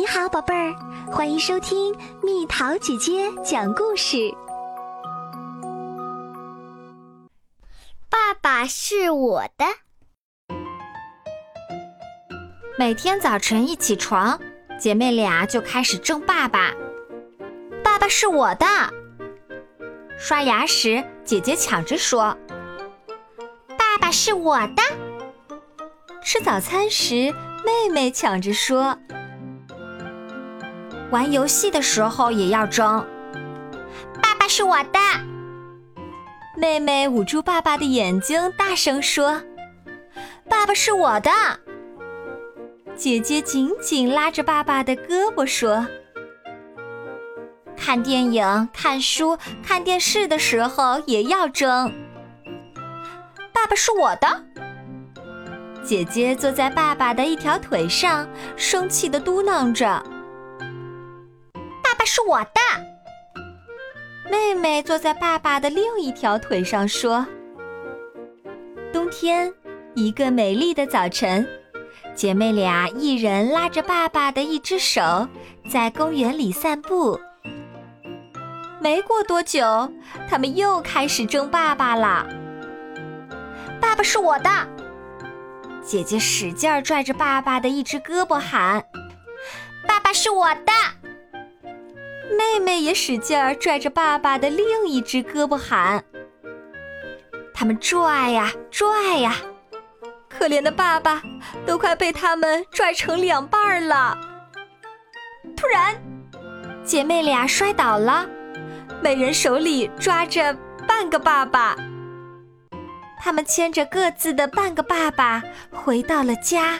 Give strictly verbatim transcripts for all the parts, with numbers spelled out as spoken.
你好，宝贝儿，欢迎收听蜜桃姐姐讲故事。 爸爸是我的。每天早晨一起床，姐妹俩就开始争爸爸。爸爸是我的。刷牙时，姐姐抢着说：“爸爸是我的。”吃早餐时，妹妹抢着说。玩游戏的时候也要争。爸爸是我的。妹妹捂住爸爸的眼睛，大声说：“爸爸是我的。”姐姐紧紧拉着爸爸的胳膊说：“看电影、看书、看电视的时候也要争。爸爸是我的。”姐姐坐在爸爸的一条腿上，生气地嘟囔着：“爸爸是我的。”妹妹坐在爸爸的另一条腿上说：“冬天，一个美丽的早晨，姐妹俩一人拉着爸爸的一只手，在公园里散步。没过多久，他们又开始争爸爸了。爸爸是我的。”姐姐使劲儿拽着爸爸的一只胳膊喊：“爸爸是我的。”妹妹也使劲儿拽着爸爸的另一只胳膊喊。他们拽呀拽呀，可怜的爸爸都快被他们拽成两半了。突然，姐妹俩摔倒了，每人手里抓着半个爸爸。他们牵着各自的半个爸爸回到了家。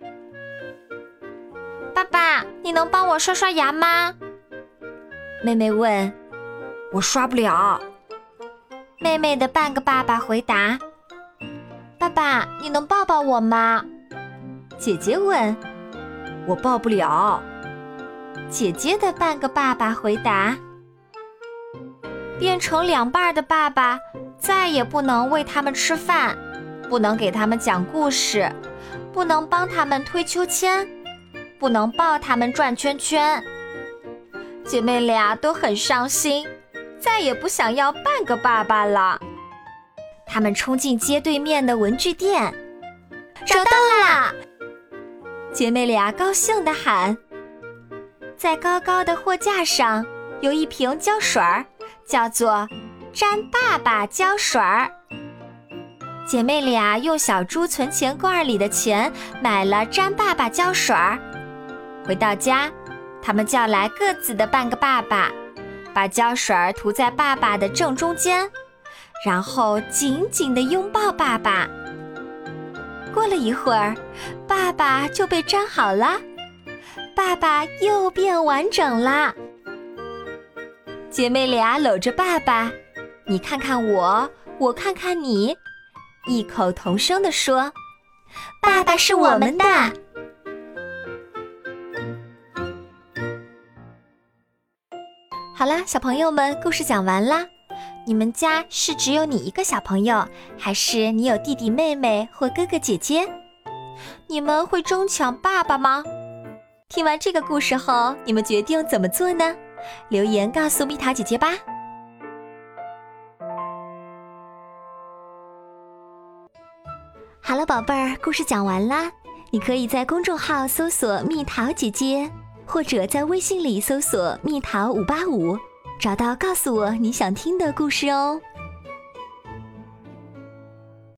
爸爸，你能帮我刷刷牙吗？妹妹问。我刷不了。妹妹的半个爸爸回答。爸爸，你能抱抱我吗？姐姐问。我抱不了。姐姐的半个爸爸回答。变成两半的爸爸再也不能喂他们吃饭，不能给他们讲故事，不能帮他们推秋千，不能抱他们转圈圈。姐妹俩都很伤心，再也不想要半个爸爸了。他们冲进街对面的文具店，找到啦！姐妹俩高兴地喊。在高高的货架上有一瓶胶水儿，叫做沾爸爸胶水儿。姐妹俩用小猪存钱罐里的钱买了沾爸爸胶水儿。回到家，他们叫来各自的半个爸爸，把胶水儿涂在爸爸的正中间，然后紧紧地拥抱爸爸。过了一会儿，爸爸就被粘好了，爸爸又变完整啦。姐妹俩搂着爸爸，你看看我，我看看你，异口同声地说：“爸爸是我们的。”好啦，小朋友们，故事讲完啦。你们家是只有你一个小朋友，还是你有弟弟妹妹或哥哥姐姐？你们会争抢爸爸吗？听完这个故事后，你们决定怎么做呢？留言告诉蜜桃姐姐吧。 好了，宝贝儿，故事讲完啦。你可以在公众号搜索蜜桃姐姐，或者在微信里搜索蜜桃五八五，找到告诉我你想听的故事哦。